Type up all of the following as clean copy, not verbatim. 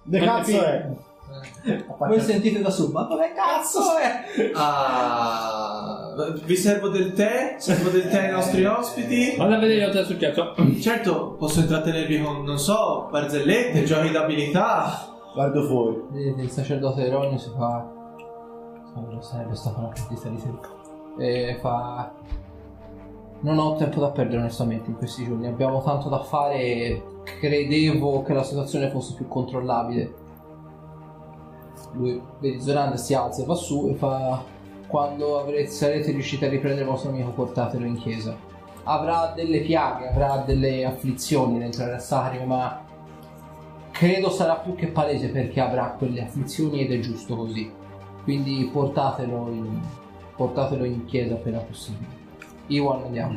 De cazzo è? Voi sentite da su, ma dove cazzo è? Vi servo del tè? Servo del tè ai nostri ospiti? Vado a vedere cosa è successo. Certo, posso intrattenervi con, non so, barzellette, giochi d'abilità. Guardo fuori. Vedete, il sacerdote Eronio si fa... Lo sarebbe stata una partita di tempo. E fa... Non ho tempo da perdere onestamente in questi giorni. Abbiamo tanto da fare e credevo che la situazione fosse più controllabile. Lui, vedi, Zorander si alza e va su e fa: quando sarete riusciti a riprendere il vostro amico, portatelo in chiesa. Avrà delle piaghe, avrà delle afflizioni dentro il Sacro, ma credo sarà più che palese perché avrà quelle afflizioni ed è giusto così. Quindi portatelo in chiesa appena possibile. Iwan, andiamo.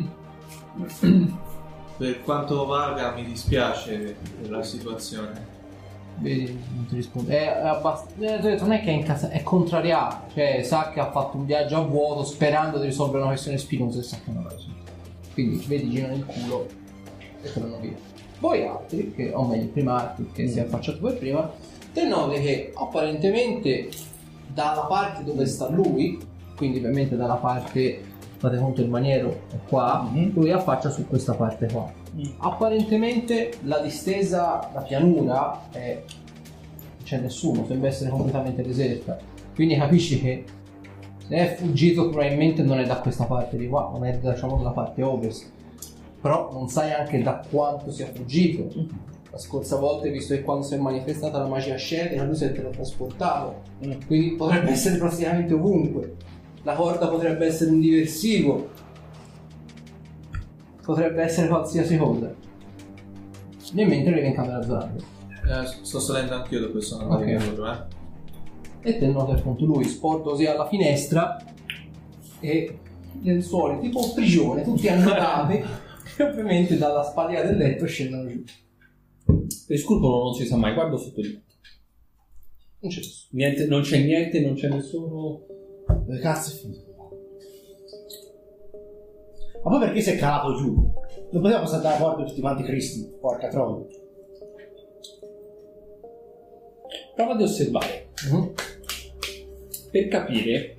Per quanto valga, mi dispiace per la situazione. Vedi, non ti risponde. Non è che è in casa, è contrariato. Cioè, sa che ha fatto un viaggio a vuoto sperando di risolvere una questione spinosa e sa che non l'ha risolto. Quindi vedi, girano il culo e tornano via. Voi altri, o meglio, prima Arthur che si è affacciato per prima, te noti che apparentemente dalla parte dove sta lui, quindi ovviamente dalla parte, fate conto il maniero è qua, lui affaccia su questa parte qua. Apparentemente la distesa, la pianura non c'è nessuno, sembra essere completamente deserta, quindi capisci che se è fuggito probabilmente non è da questa parte di qua, non è diciamo dalla parte ovest, però non sai anche da quanto sia fuggito. La scorsa volta hai visto che quando si è manifestata la magia scerica lui si è teletrasportato, quindi potrebbe essere praticamente ovunque. La corda potrebbe essere un diversivo, potrebbe essere qualsiasi cosa. Nel mentre arriva in camera Zorander. Sto salendo anch'io da questo andato di loro, E te noti appunto lui sporto così alla finestra e gli lenzuoli tipo prigione, tutti annodati e ovviamente dalla spalliera del letto scendono giù. Per scrupolo non si sa mai, guardo sotto il letto. Non c'è nessuno. Niente, non c'è niente, non c'è nessuno. Dove cazzo è finito? Ma poi perché si è calato giù? Non poteva passare dalla porta tutti quanti cristi, porca troia. Prova di osservare. Per capire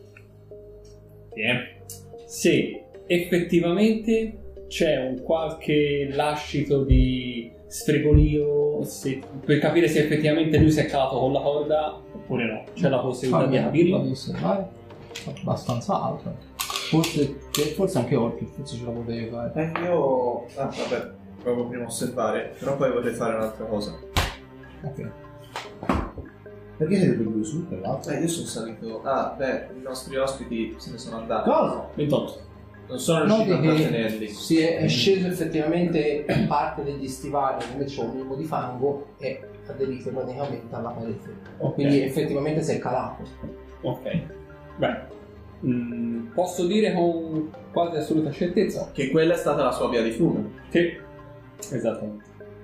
se effettivamente c'è un qualche lascito di sfregolio, per capire se effettivamente lui si è calato con la corda oppure no. C'è la possibilità di capirlo. Fammi osservare. Abbastanza alto. Forse anche Orchid, forse ce la potevi fare. Io... vabbè, provo prima a osservare, però poi vorrei fare un'altra cosa. Ok. Perché siete due su per l'altro? Io sono salito... i nostri ospiti se ne sono andati. Cosa? 28. Non sono riuscito a trattenerli. Si è sceso effettivamente parte degli stivali, invece c'è un minimo di fango e aderito praticamente alla parete. Okay. Quindi effettivamente si è calato. Ok. Beh. Posso dire con quasi assoluta certezza Che quella è stata la sua via di fuga. che esattamente.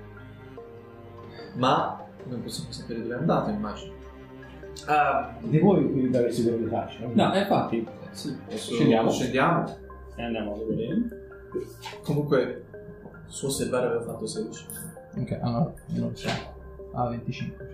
Ma non possiamo sapere dove è andato, immagino. Di voi qui da aversi per le facce? No, infatti Sì, scendiamo e andiamo a vedere. Comunque, su osservare avevo fatto 16. Ok, allora non lo so. 25.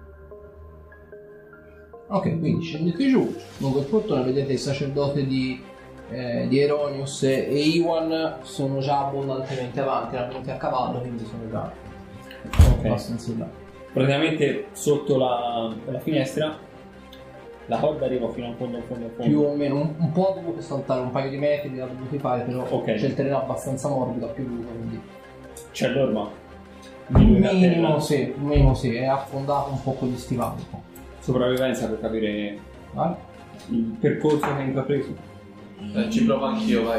Ok, quindi scendete giù, lungo il portone vedete il sacerdote di Eronius e Iwan sono già abbondantemente avanti, erano venuti a cavallo, quindi sono già abbastanza in là. Praticamente sotto la finestra la corda arriva fino a fondo. Più o meno, un po' ho dovuto saltare un paio di metri, l'ho dovuto fare, però Ok. c'è il terreno abbastanza morbido, più lungo, quindi C'è l'orma. minimo sì, è affondato un po' con gli stivali. Sopravvivenza per capire Vale? il percorso che ha intrapreso. Ci provo anch'io, vai.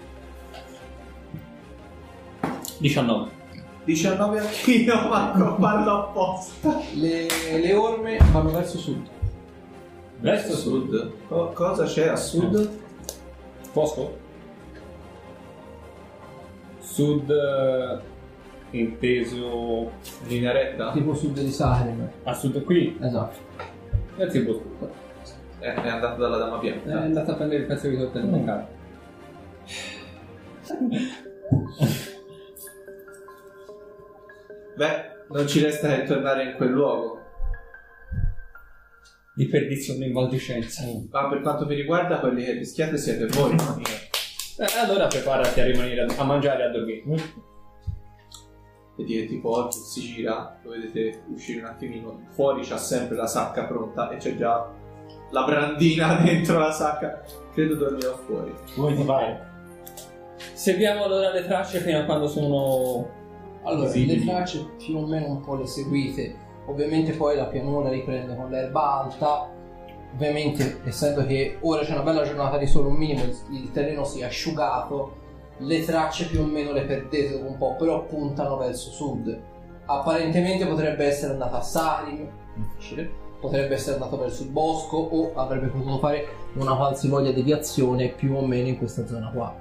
19. 19 anch'io, ma parlo apposta. Le orme vanno verso sud. Verso sud? Cosa c'è a sud? Posto? Sud inteso Linea retta? Tipo sud di Saharim. a sud qui? Esatto. Grazie il posto. È andato dalla dama È bianca. andato a prendere il pezzo di torta del mercato. Beh, non ci resta che tornare in quel luogo. Di perdizione in maldicenza. Ma per quanto mi riguarda, quelli che rischiate siete voi, no? Allora preparati a rimanere a mangiare e a dormire. Vedi che tipo oggi si gira, lo vedete uscire un attimino, fuori c'ha sempre la sacca pronta e c'è già la brandina dentro la sacca. Credo dormirò fuori. Come ti pare? Seguiamo allora le tracce fino a quando sono... Allora, visibili. le tracce più o meno un po' le seguite. Ovviamente poi la pianura riprende con l'erba alta. Ovviamente, essendo che ora c'è una bella giornata di sole, un minimo il terreno si è asciugato, le tracce più o meno le perdete dopo un po', però puntano verso sud. Apparentemente potrebbe essere andata a Sarim, difficile, potrebbe essere andato verso il bosco o avrebbe potuto fare una qualsivoglia deviazione più o meno in questa zona qua.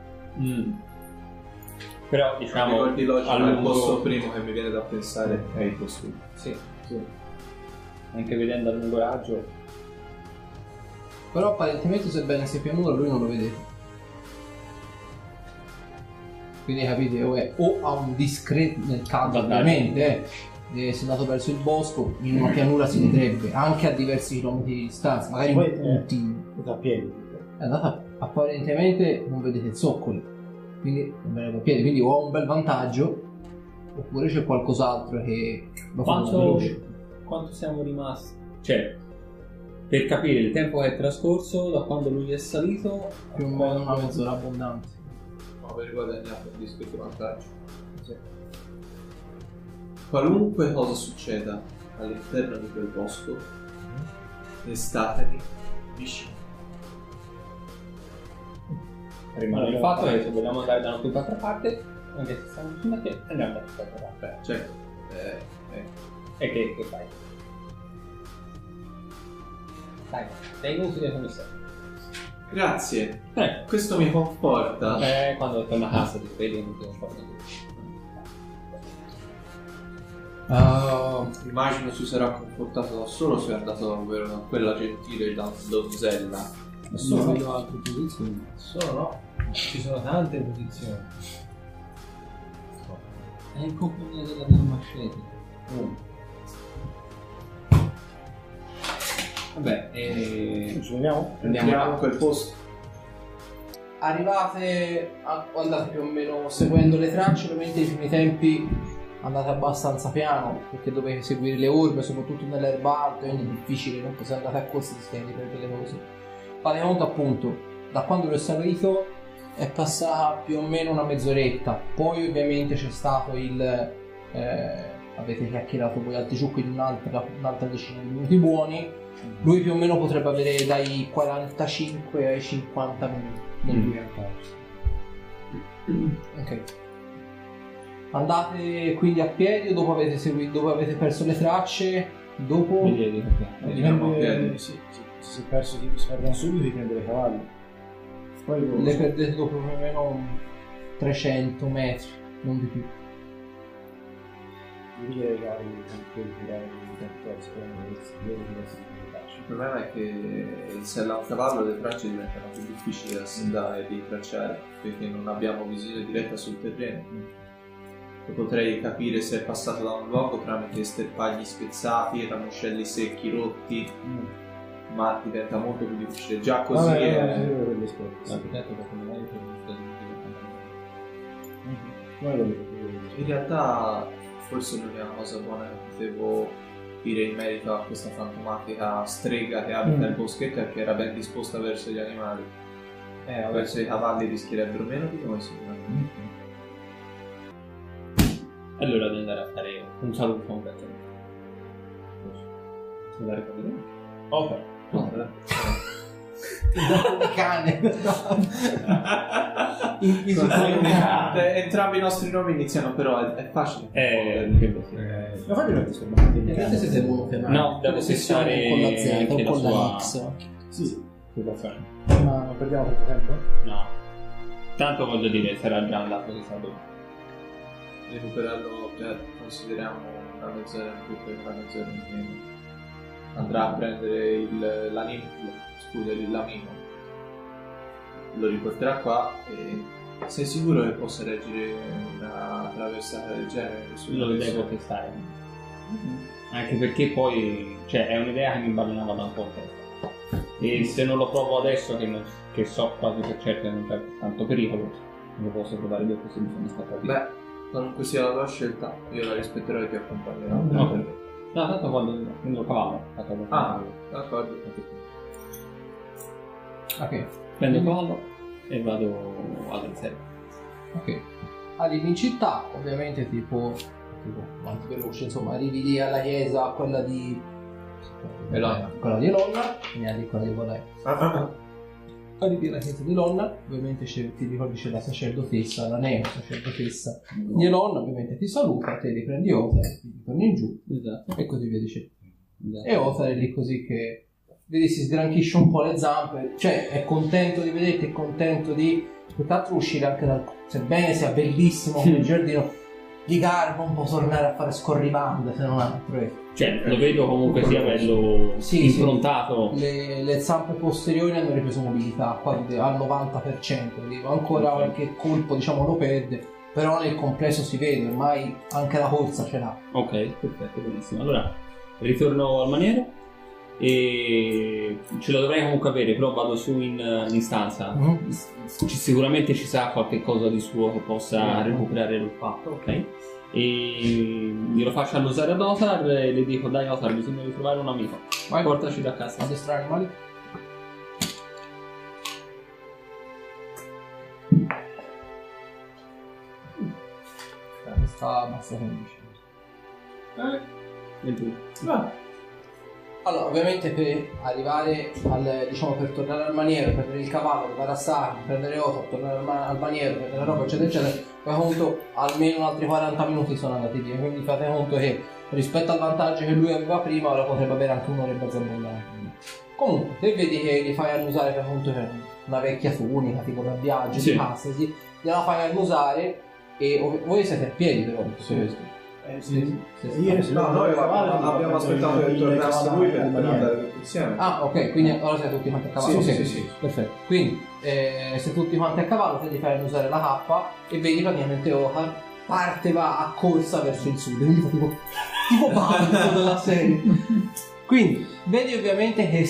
Però Mi diciamo ricordi logico, a il lungo... posto primo che mi viene da pensare è il posto. Sì, sì. Anche vedendo a lungo raggio. Però apparentemente, sebbene sia pianura, lui non lo vedete. Quindi capite, o ha un discreto nel caso ovviamente, se è andato verso il bosco, in una pianura si vedrebbe, anche a diversi chilometri di distanza, magari Poi, un puntino. a piedi. È andata apparentemente, non vedete il zoccoli, quindi non vedete a piedi, quindi o ha un bel vantaggio, oppure c'è qualcos'altro che lo fa veloce. Quanto siamo rimasti? Cioè, per capire il tempo che è trascorso da quando lui è salito, Più o meno una mezz'ora abbondante. Aver guadagnato un discreto vantaggio. Qualunque cosa succeda all'interno di quel bosco, statemi vicino. rimane il fatto che se vogliamo andare da tutt'altra parte, anche se siamo vicino a te, andiamo da tutt'altra parte. Certo. E che fai? Dai, sei inutile come sei. Grazie. Questo mi conforta. Quando torna a casa ti vedi non ti conforta. Immagino si sarà comportato da solo se è andato davvero da quella gentile donzella. Nessuno vedo altre posizioni. Solo no, ci sono tante posizioni. È in compagnia della Dalmacete. Vabbè, Ci andiamo? Andiamo a quel posto. Arrivate, andate più o meno seguendo le tracce, ovviamente nei primi tempi andate abbastanza piano perché dovete seguire le orme, soprattutto nell'erba alta, quindi è difficile, non se andate a corsa rischiate di perdere le cose. Fate conto appunto, da quando lo è salito è passata più o meno una mezz'oretta, poi ovviamente c'è stato avete chiacchierato voi altri giù, quindi un'altra decina di minuti buoni. Lui più o meno potrebbe avere dai 45 ai 50 minuti nel diventato. Ok. Andate quindi a piedi o dopo avete perso le tracce? Dopo? Andiamo a piedi. Se si è perso di perdono subito di prendere i cavalli. Poi Le perdete dopo più o meno 300 metri, non di più. dire i cavalli tranquilli, i territori sicuramente Il problema è che se là un cavallo le tracce diventano più difficili da rintracciare perché non abbiamo visione diretta sul terreno. Potrei capire se è passato da un luogo tramite sterpagli spezzati, ramoscelli secchi rotti, ma diventa molto più difficile. Già così in realtà forse l'unica cosa buona che potevo dire in merito a questa fantomatica strega che abita il boschetto è che era ben disposta verso gli animali. Verso i cavalli rischierebbero meno di noi sicuramente. Allora devo andare a fare un saluto a un gatto. Andare con lui? Ok. Cane. Entrambi i nostri nomi iniziano però, è facile. Credo sì. Ma fai vedere questo banco? Vedete se siete uno chiamato? No, devo fissare con la Z anche o la con la sua- X. Sì, Che può fare? ma non perdiamo troppo tempo? No. Tanto voglio dire, sarà già andato di salute. Recuperarlo, consideriamo una mezz'ora in più per una mezz'ora in meno. Andrà a prendere l'amico, lo riporterà qua e sei sicuro che possa reggere una una traversata del genere. Lo devo testare. Anche perché poi, cioè, è un'idea che mi balonava da un po' in testa. E se non lo provo adesso, che so quasi per certo che non c'è tanto pericolo, non lo posso provare dopo se bisogna stare via. Beh, qualunque sia la tua scelta, io la rispetterò e ti accompagnerò. No, tanto quando prendo il cavallo. D'accordo. Ok. Prendo il cavallo e vado alla riserva. Ok. Arrivi in città, ovviamente tipo quanto veloce, insomma, arrivi lì alla chiesa, quella di Elonna. quella di Elonna, quindi quella di Volai. Arrivi alla chiesa di Elonna, ovviamente ti ricordi c'è la sacerdotessa, la neo sacerdotessa di Elonna, ovviamente ti saluta, te li prendi Othar, ti torni in giù, Esatto. e così via dicendo. E Othar è lì così che vedi si sgranchisce un po' le zampe, cioè è contento di vederti, è contento di più che altro uscire anche dal, sebbene sia bellissimo come il giardino, di garbo un po' tornare a fare scorribande se non altro. Cioè, lo vedo comunque sia bello improntato. Sì. Le zampe posteriori hanno ripreso mobilità quasi al 90%, ancora qualche colpo diciamo lo perde, però nel complesso si vede, ormai anche la corsa ce l'ha. Ok, perfetto, benissimo. Allora, ritorno al maniero e ce lo dovrei comunque avere, però vado su in stanza. Sicuramente ci sarà qualche cosa di suo che possa recuperare l'olfatto, ok? E glielo faccio annusare ad Othar e le dico: dai Othar, bisogna ritrovare un amico, Vai. portaci da casa. Addestrare animali. Sta abbastanza semplice. 21. Allora, ovviamente per arrivare al, diciamo, per tornare al maniero, prendere il cavallo, andare a Sarri, prendere Othar, tornare al maniero, prendere la roba, eccetera, eccetera, fate conto almeno altri 40 minuti sono andati via, quindi fate conto che rispetto al vantaggio che lui aveva prima, ora potrebbe avere anche un'ora e mezza abbondante. Comunque, se vedi che li fai annusare, per conto che una vecchia tunica, tipo da viaggio, sì, di passasi, gliela fai annusare e voi siete a piedi però, sì. No, noi abbiamo aspettato che tornasse lui per andare tutti insieme. Ah, ok, quindi ora siete tutti quanti a cavallo. Sì, Ok, sì. perfetto. Quindi siete tutti quanti a cavallo, te gli fai annusare la cappa e vedi praticamente Othar parte, va a corsa verso il sud, quindi fa tipo panico della serie. Quindi vedi ovviamente che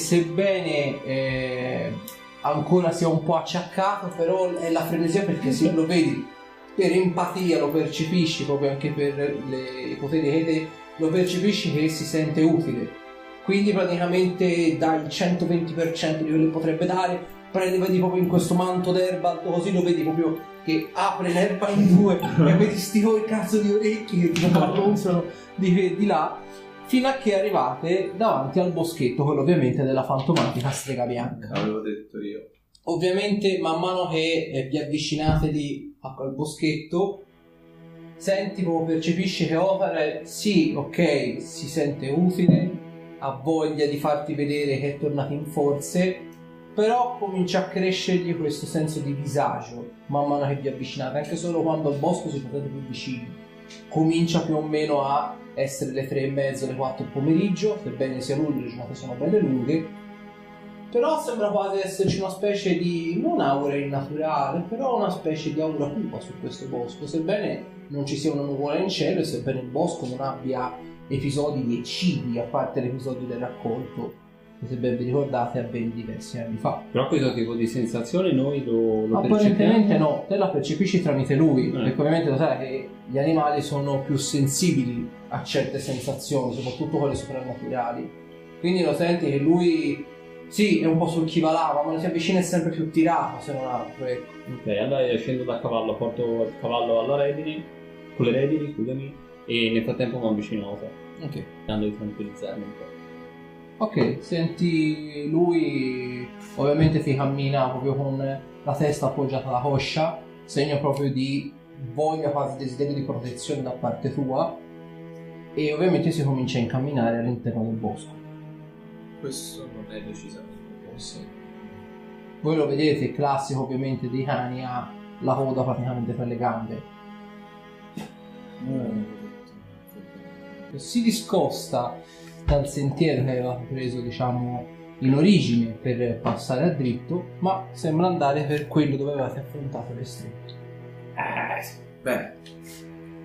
sebbene ancora sia un po' acciaccato, però è la frenesia perché se lo vedi per empatia, lo percepisci proprio anche per i poteri che te, lo percepisci che si sente utile, quindi praticamente dà il 120% di quello che potrebbe dare. Vedi proprio in questo manto d'erba alto così, lo vedi proprio che apre l'erba in due e vedi sti il cazzo di orecchi che ti allonzano di là, fino a che arrivate davanti al boschetto, quello ovviamente della fantomatica strega bianca. L'avevo detto io. Ovviamente man mano che vi avvicinate lì a quel boschetto, senti proprio, percepisci che Othar sì, ok, si sente utile, ha voglia di farti vedere che è tornato in forze, però comincia a crescergli questo senso di disagio man mano che vi avvicinate, anche solo quando al bosco siete più vicini. Comincia più o meno a essere le 3:30, le 4 del pomeriggio, sebbene sia luglio, le giornate sono belle lunghe, però sembra quasi esserci una specie di, non aura innaturale, però una specie di aura cupa su questo bosco, sebbene non ci sia una nuvola in cielo e sebbene il bosco non abbia episodi di eccidi, a parte l'episodio del raccolto, che se ben vi ricordate avvenne diversi anni fa. Però questo tipo di sensazione noi lo Apparentemente percepiamo? no, te la percepisci tramite lui, perché ovviamente lo sai che gli animali sono più sensibili a certe sensazioni, soprattutto quelle soprannaturali, quindi lo senti che lui sì, è un po' sul chi va là, ma quando si avvicina è sempre più tirato, se non altro, ecco. Ok, allora scendo dal cavallo, porto il cavallo alla redini, con le redini, scusami, e nel frattempo mi avvicino a Othar, Ok. cercando di tranquillizzarmi un po'. Ok, senti lui ovviamente ti cammina proprio con la testa appoggiata alla coscia, segno proprio di voglia, quasi desiderio di protezione da parte tua, e ovviamente si comincia a incamminare all'interno del bosco. Questo non è decisamente possibile. Voi lo vedete, il classico ovviamente dei cani, ha la coda praticamente tra le gambe. Si discosta dal sentiero che avevate preso, diciamo, in origine per passare a dritto, ma sembra andare per quello dove avevate affrontato le strette. Beh,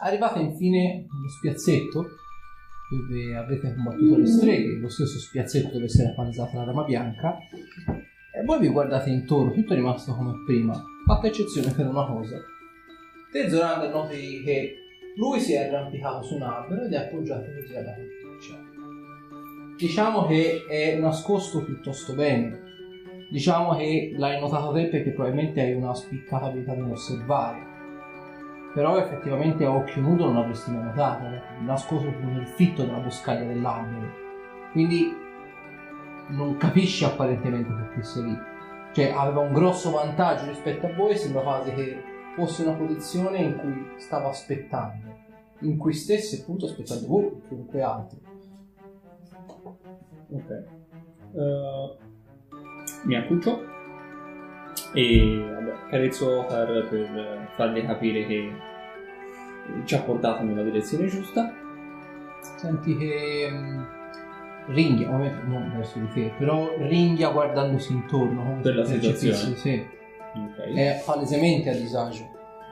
Arrivate infine allo spiazzetto dove avete combattuto le streghe, lo stesso spiazzetto dove si era palesata la Dama Bianca, e voi vi guardate intorno, tutto è rimasto come prima, fatta eccezione per una cosa. Te, Zorander, noti che lui si è arrampicato su un albero ed è appoggiato così alla corteccia. Diciamo che è nascosto piuttosto bene. Diciamo che l'hai notato te perché probabilmente hai una spiccata abilità di osservare. Però effettivamente a occhio nudo non l'avresti mai notato, nascosto nel fitto della boscaglia dell'albero. Quindi non capisci apparentemente perché sei lì. Cioè aveva un grosso vantaggio rispetto a voi, sembra quasi che fosse una posizione in cui stava aspettando, in cui stesse appunto aspettando voi o chiunque altro. Ok. Mi accuccio e carezzo Othar per fargli capire che ci ha portato nella direzione giusta. Senti che ringhia, ovviamente non verso di te, però ringhia guardandosi intorno come Per la se percepisse, situazione. sì. Ok. È palesemente a disagio.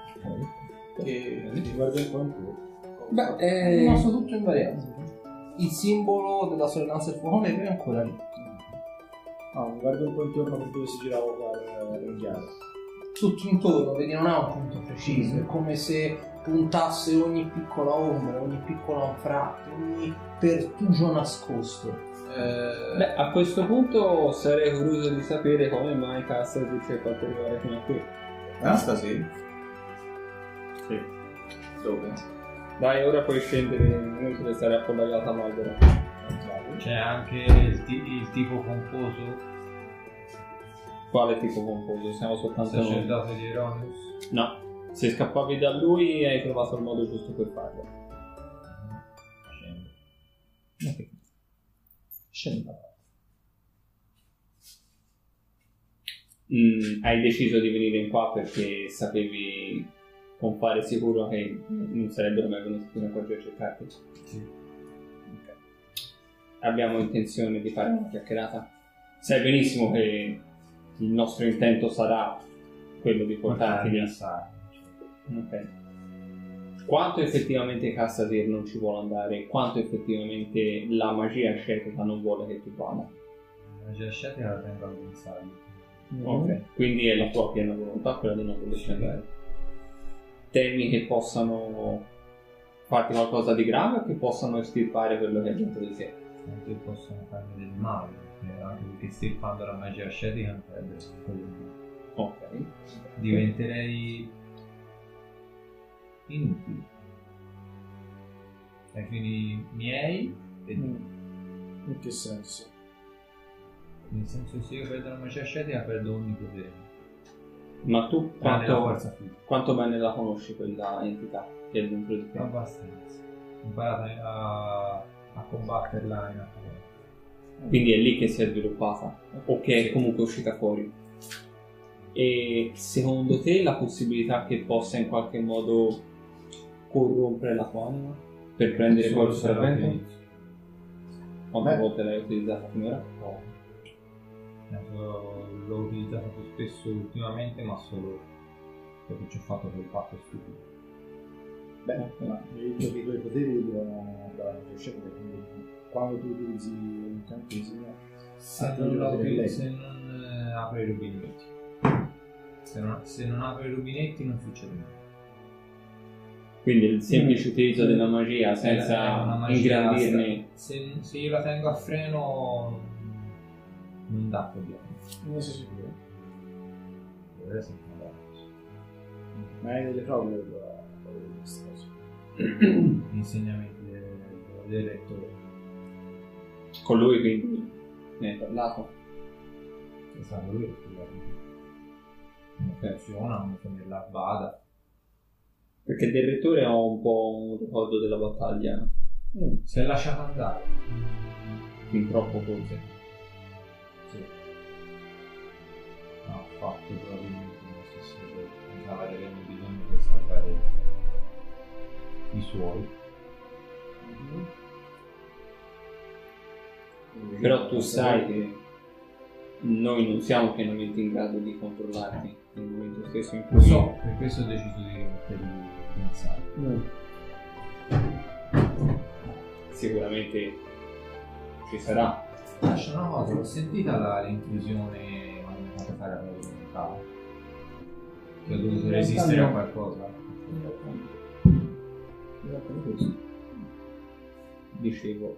Che Ti guardo un po' in più. Beh, È rimasto tutto invariato. Il simbolo della sorellanza del fuoco nero è ancora lì. Mi guardo un po' intorno per dove si girava per ringhiare. Tutto intorno, vedi, non ha un punto preciso, è come se puntasse ogni piccola ombra, ogni piccolo anfratto, ogni pertugio nascosto. beh, a questo punto sarei curioso di sapere come mai Cassa ci ha fatto arrivare fino a qui. Casta sì. Sì. Dove? Dai, ora puoi scendere, inutile stare appollaiato all'albero. C'è anche il tipo composo, Quale tipo composo? Siamo soltanto noi. sacerdote di Eronius. No, se scappavi da lui hai trovato il modo giusto per farlo. Scendo. Scenda. Hai deciso di venire in qua perché sapevi con fare sicuro che non sarebbero mai venuti fino a qua giù a cercarti? Sì. Ok. Abbiamo intenzione di fare una chiacchierata. Sai benissimo che il nostro intento sarà quello di portarti lì. assai. Ok. Quanto effettivamente Cassadir non ci vuole andare, quanto effettivamente la magia ascetica non vuole che tu vada. La magia ascetica la tengo al guinzaglio. Ok, quindi è la tua piena volontà quella di non volerci andare. Temi che possano farti qualcosa di grave o che possano estirpare quello che è dentro di te? Anche possono farmi del male, anche perché stirpando la magia ascetica non sarebbe quello di Ok. diventerei inutile ai fini miei e In che senso? nel senso che se io perdo la magia ascetica perdo ogni potere, Ma tu tranne la forza fisica. quanto bene la conosci quella entità che è dentro di te? Abbastanza. Ho imparato a combatterla in accademia. Quindi è lì che si è sviluppata o che è comunque uscita fuori. E secondo te la possibilità che possa in qualche modo corrompere la tua anima per prendere Solo qualche se la sorvento? utilizzo. Quante volte l'hai utilizzata finora? L'ho utilizzato più spesso ultimamente, ma solo perché ci ho fatto quel fatto stupido. Beh, ma mi hai detto che i tuoi poteri devono dalla magia ascetica, quindi quando tu utilizzi un incantesimo Se non apro i rubinetti. Se non apro i rubinetti non succede niente. Quindi il semplice utilizzo della magia È senza una magia ingrandirne. se io la tengo a freno non dà problemi. non sei sicuro. Adesso non dà. Ma hai delle prove per questa cosa? Gli insegnamenti del rettore. Con lui quindi ne hai parlato. Esatto, lui è come funziona, come la bada. Perché del rettore ho un po' un ricordo della battaglia. Si è lasciato andare. Fin troppo forse. Sì. Ha fatto probabilmente lo stesso che pensava di averne bisogno per salvare i suoi. Però tu sai che noi non siamo pienamente in grado di controllarti nel momento stesso in Lo cui so, per questo ho deciso di rimetterli in sala. sicuramente ci sarà. Lascia una cosa, l'ho sentita l'intrusione quando mi fate fare la volontà. Che ho dovuto resistere a qualcosa. Dicevo,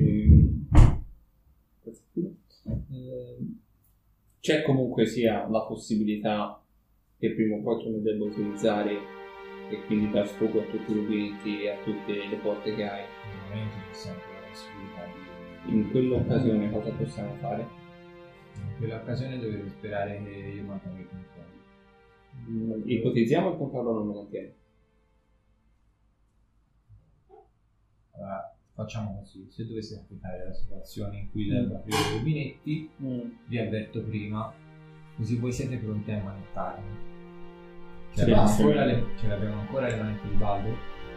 c'è comunque sia la possibilità che prima o poi tu ne debba utilizzare e quindi dar sfogo a tutti i rubinetti e a tutte le porte che hai. Ovviamente c'è sempre la possibilità di... In quell'occasione cosa possiamo fare? In quell'occasione dovevo sperare che io mantenga il controllo. Ipotizziamo il controllo non lo mantiene. Allora, facciamo così, se dovesse capitare la situazione in cui devo aprire i rubinetti, vi avverto prima, così voi siete pronti a manettarmi. Ce l'abbiamo ancora le manette di Baldo?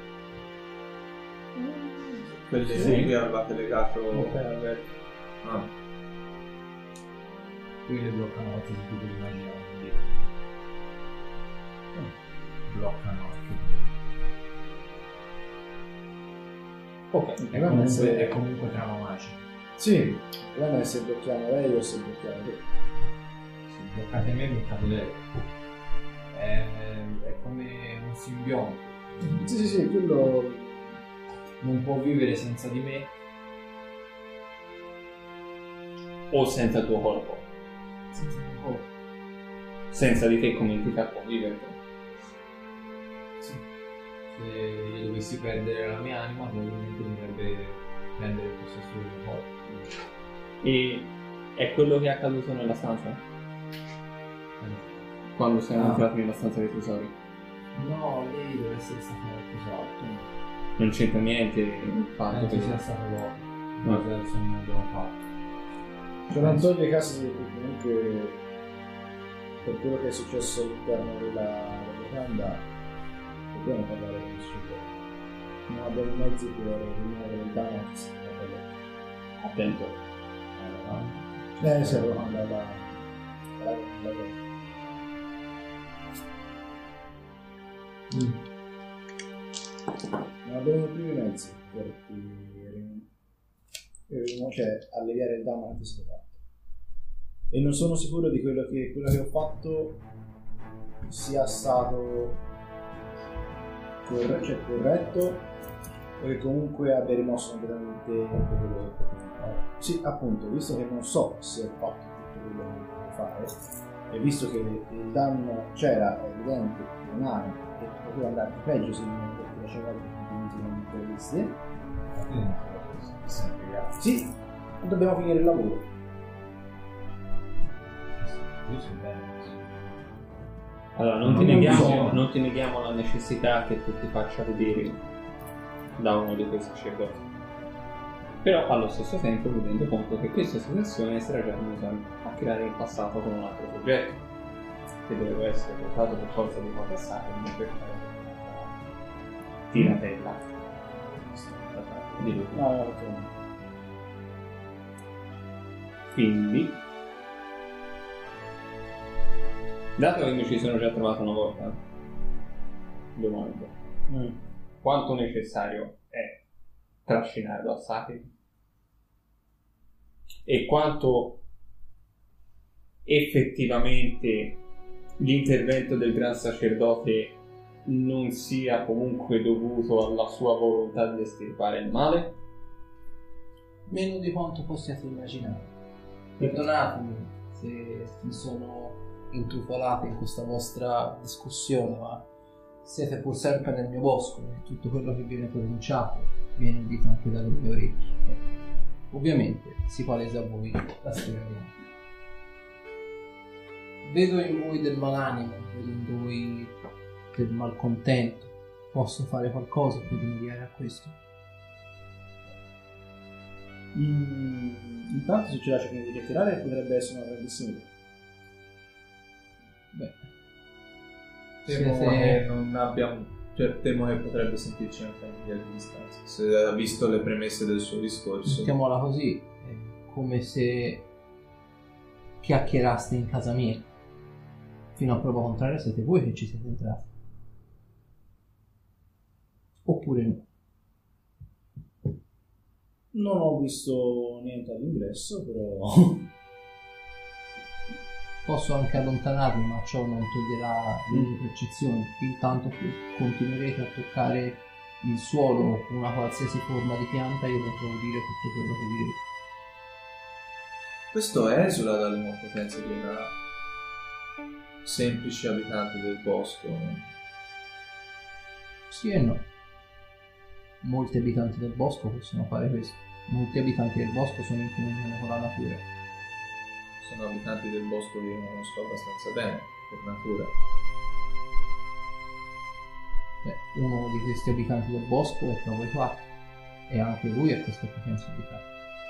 Quelle Sì. in cui avevate legato. Ah. Qui le bloccano qualsiasi tipo di magia, quindi bloccano anche. Ok, È comunque trama magica. Sì, il problema è se blocchiamo lei o se blocchiamo te. Se bloccate me, bloccate lei. È come un simbionte. Sì, quello... Non può vivere senza di me. o senza il tuo corpo. Senza di te come entità può vivere. Sì. Se io dovessi perdere la mia anima, probabilmente dovrebbe prendere il possesso del mio corpo. E è quello che è accaduto nella stanza? Quando siamo entrati nella stanza dei tesori? No, lei deve essere stata molto salto. Non c'entra niente il fatto Penso che sia stato loro. No. Cosa non abbiamo fatto. Cioè non toglie caso che comunque per quello che è successo all'interno della locanda dobbiamo parlare con nessuno. Non abbiamo mezzi per rimuovere il danno che si fa per lei. attento. Sì, la non abbiamo più i mezzi per cioè, alleviare il danno che si è fatto. E non sono sicuro di quello che ho fatto sia stato corretto o che comunque abbia rimosso completamente quello che sì, appunto, visto che non so se ho fatto tutto quello che volevo fare e visto che il danno c'era, è evidente, non ha, e poteva andarti peggio se non ti lasciava i complimenti non previsti. Sì, dobbiamo finire il lavoro. Io sono bene così. Allora, non ti neghiamo la necessità che tu ti faccia vedere da uno di quei sacerdoti. Però allo stesso tempo mi rendo conto che questa situazione sarà già venuta a creare in passato con un altro soggetto che doveva essere portato per forza di passare e non per fare una tiratella di lui. No. Quindi, dato che mi ci sono già trovato una volta, domando quanto necessario è trascinarlo a Sati e quanto effettivamente l'intervento del gran sacerdote non sia comunque dovuto alla sua volontà di estirpare il male? Meno di quanto possiate immaginare. Perdonatemi se mi sono intrufolato in questa vostra discussione, ma siete pur sempre nel mio bosco e tutto quello che viene pronunciato viene udito anche dalle mie orecchie. Ovviamente si palesa a voi la spiegheremo. Vedo in voi del malanimo, vedo in voi del malcontento. Posso fare qualcosa per rimediare a questo? Intanto se ci lascia finire di chiacchierare potrebbe essere una grandissima idea. Beh, Temo siete- che non abbiamo, cioè temo che potrebbe sentirci anche a migliaia di distanza. Se ha visto le premesse del suo discorso. mettiamola così, è come se chiacchieraste in casa mia. Fino a prova contraria siete voi che ci siete entrati. Oppure no. Non ho visto niente all'ingresso, però... Posso anche allontanarmi, ma ciò non toglierà le mie percezioni. Intanto che continuerete a toccare il suolo con una qualsiasi forma di pianta, io potrò dire tutto quello che direte. Questo esula dall'onnipotenza di una semplice abitante del bosco. Sì e no. Molti abitanti del bosco possono fare questo. Molti abitanti del bosco sono in comunione con la natura. Sono abitanti del bosco che io conosco abbastanza bene, per natura. Beh, uno di questi abitanti del bosco è proprio i quattro. E anche lui ha questa potenzialità.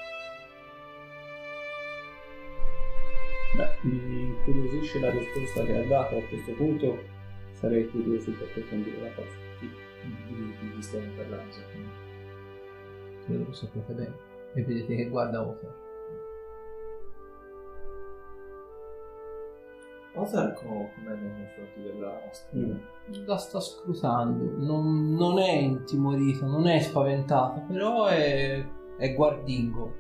Beh, mi incuriosisce la risposta che ha dato a questo punto. Sarei curioso per approfondire la cosa. Di chi stiamo parlando esattamente? Credo lo sapete bene. E vedete che guarda Othar. Othar com'è nei confronti della strada? La sta scrutando. Non è intimorito, non è spaventato, però è guardingo.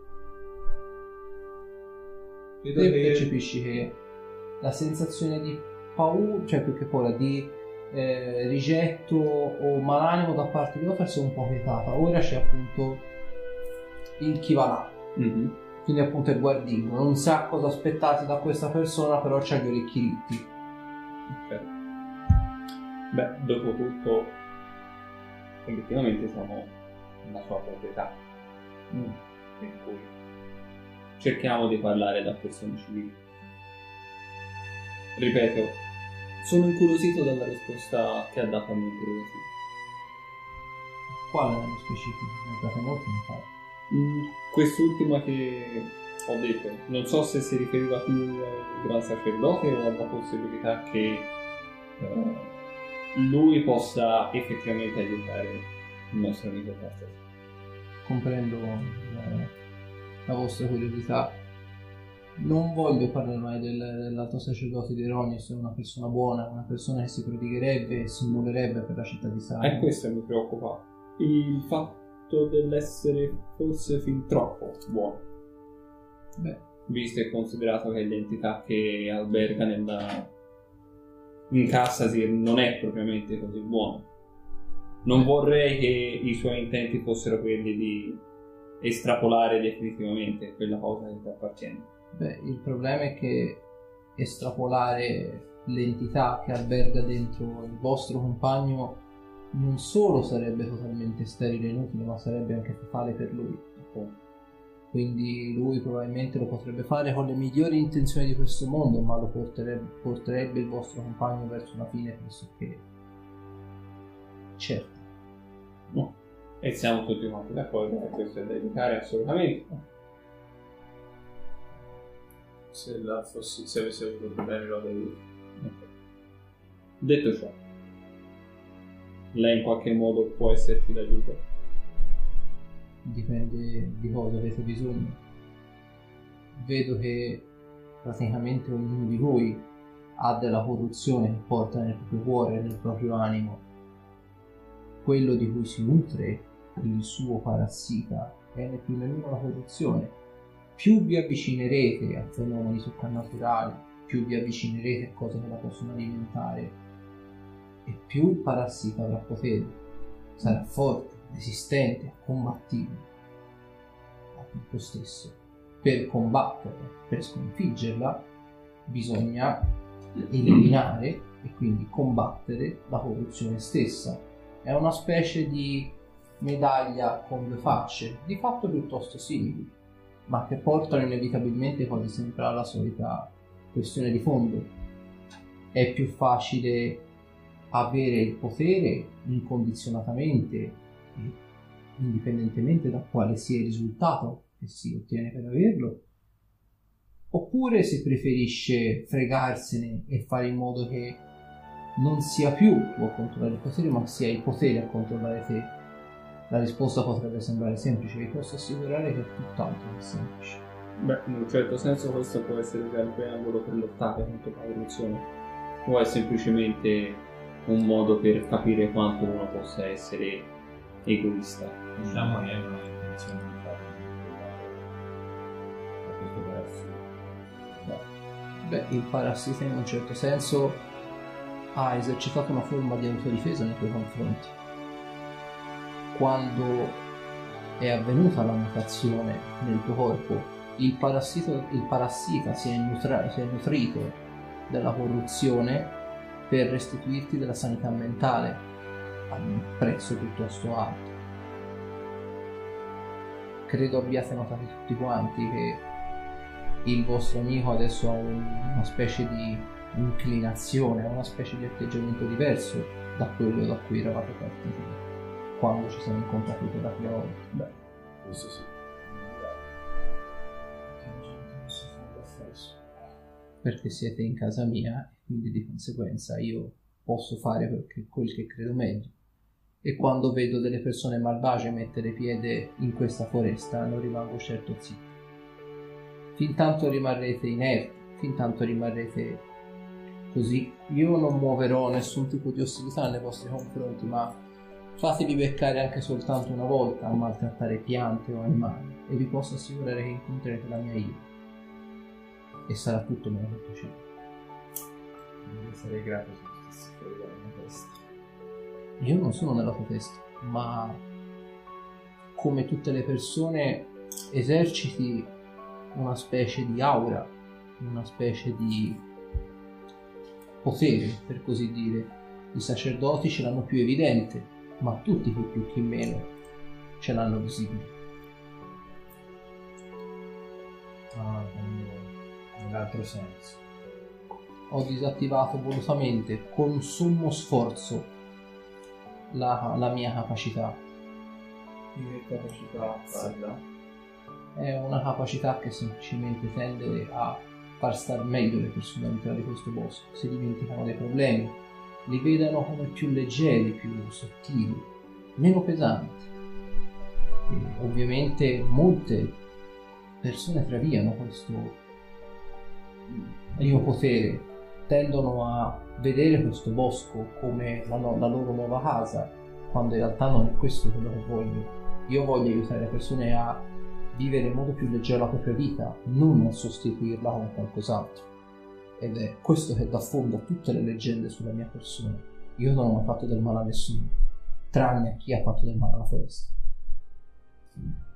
E percepisci che la sensazione di paura, cioè più che paura, di rigetto o malanimo da parte di Othar si è un po' quietata. Ora c'è appunto il chi va là. Quindi appunto è guardingo, non sa cosa aspettarsi da questa persona, però c'ha gli orecchi ritti. Ok. Beh, dopo tutto, obiettivamente siamo nella sua proprietà. Per cui cerchiamo di parlare da persone civili. Ripeto, sono incuriosito dalla risposta che ha dato a mia curiosità. Quale nello specifico? Ne ho date molte, mi pare. Quest'ultima che ho detto, non so se si riferiva più al gran sacerdote o alla possibilità che lui possa effettivamente aiutare il nostro amico Castas. Comprendo la vostra curiosità. Non voglio parlare mai dell'alto sacerdote di Ronius, è una persona buona, una persona che si prodigherebbe e si immolerebbe per la città di Sarno. E questo mi preoccupa. Il fatto dell'essere forse fin troppo buono. Beh, visto e considerato che l'entità che alberga in Cassasir non è propriamente così buona. Non vorrei che i suoi intenti fossero quelli di estrapolare definitivamente quella cosa che ti appartiene. Beh, il problema è che estrapolare l'entità che alberga dentro il vostro compagno non solo sarebbe totalmente sterile e inutile, ma sarebbe anche fatale per lui. Quindi lui probabilmente lo potrebbe fare con le migliori intenzioni di questo mondo, ma lo porterebbe il vostro compagno verso una fine pressoché certa. No. E siamo tutti quanti d'accordo che questo è da evitare assolutamente. Se avessi avuto problemi lo avevo. Detto ciò, lei in qualche modo può esserci d'aiuto? Dipende di cosa avete bisogno. Vedo che praticamente ognuno di voi ha della corruzione che porta nel proprio cuore e nel proprio animo. Quello di cui si nutre il suo parassita è né più né meno la corruzione. Più vi avvicinerete a fenomeni soprannaturali, più vi avvicinerete a cose che la possono alimentare, e più il parassita avrà potere. Sarà forte, resistente, combattivo al tempo stesso. Per combatterla, per sconfiggerla, bisogna eliminare e quindi combattere la corruzione stessa. È una specie di medaglia con due facce, di fatto piuttosto simili, ma che portano inevitabilmente quasi sempre alla solita questione di fondo. È più facile avere il potere incondizionatamente e indipendentemente da quale sia il risultato che si ottiene per averlo, oppure si preferisce fregarsene e fare in modo che non sia più tu a controllare il potere, ma sia il potere a controllare te. La risposta potrebbe sembrare semplice, vi posso assicurare che è tutt'altro che semplice. Beh, in un certo senso questo può essere un preambolo per lottare contro la corruzione, o è semplicemente un modo per capire quanto uno possa essere egoista. Diciamo che è una intenzione Beh, il parassita in un certo senso ha esercitato una forma di autodifesa nei tuoi confronti. Quando è avvenuta la mutazione nel tuo corpo, il parassita si è nutrito della corruzione per restituirti della sanità mentale a un prezzo piuttosto alto. Credo abbiate notato tutti quanti che il vostro amico adesso ha una specie di inclinazione, una specie di atteggiamento diverso da quello da cui eravate partiti quando ci siamo incontrati per la prima volta. Beh, questo sì. Perché siete in casa mia, quindi di conseguenza io posso fare quel che credo meglio. E quando vedo delle persone malvagie mettere piede in questa foresta non rimango certo zitto. Fintanto rimarrete inerti, fintanto rimarrete così, io non muoverò nessun tipo di ostilità nei vostri confronti, ma fatevi beccare anche soltanto una volta a maltrattare piante o animali e vi posso assicurare che incontrerete la mia ira. E sarà tutto meno che piacere. Sarei grato se stessi fuori dalla mia testa. Io non sono nella tua testa, ma come tutte le persone eserciti una specie di aura, una specie di potere, per così dire. I sacerdoti ce l'hanno più evidente, ma tutti chi più chi meno ce l'hanno visibile. Nell'altro senso. Ho disattivato volutamente, con sommo sforzo, la mia capacità. Di che capacità parla? È una capacità che semplicemente tende a far star meglio le persone all'interno di questo bosco. Si dimenticano dei problemi, li vedano come più leggeri, più sottili, meno pesanti. E ovviamente molte persone traviano questo mio potere, tendono a vedere questo bosco come la loro nuova casa, quando in realtà non è questo quello che voglio. Io voglio aiutare le persone a vivere in modo più leggero la propria vita, non a sostituirla con qualcos'altro. Ed è questo che dà fondo a tutte le leggende sulla mia persona. Io non ho mai fatto del male a nessuno, tranne a chi ha fatto del male alla foresta.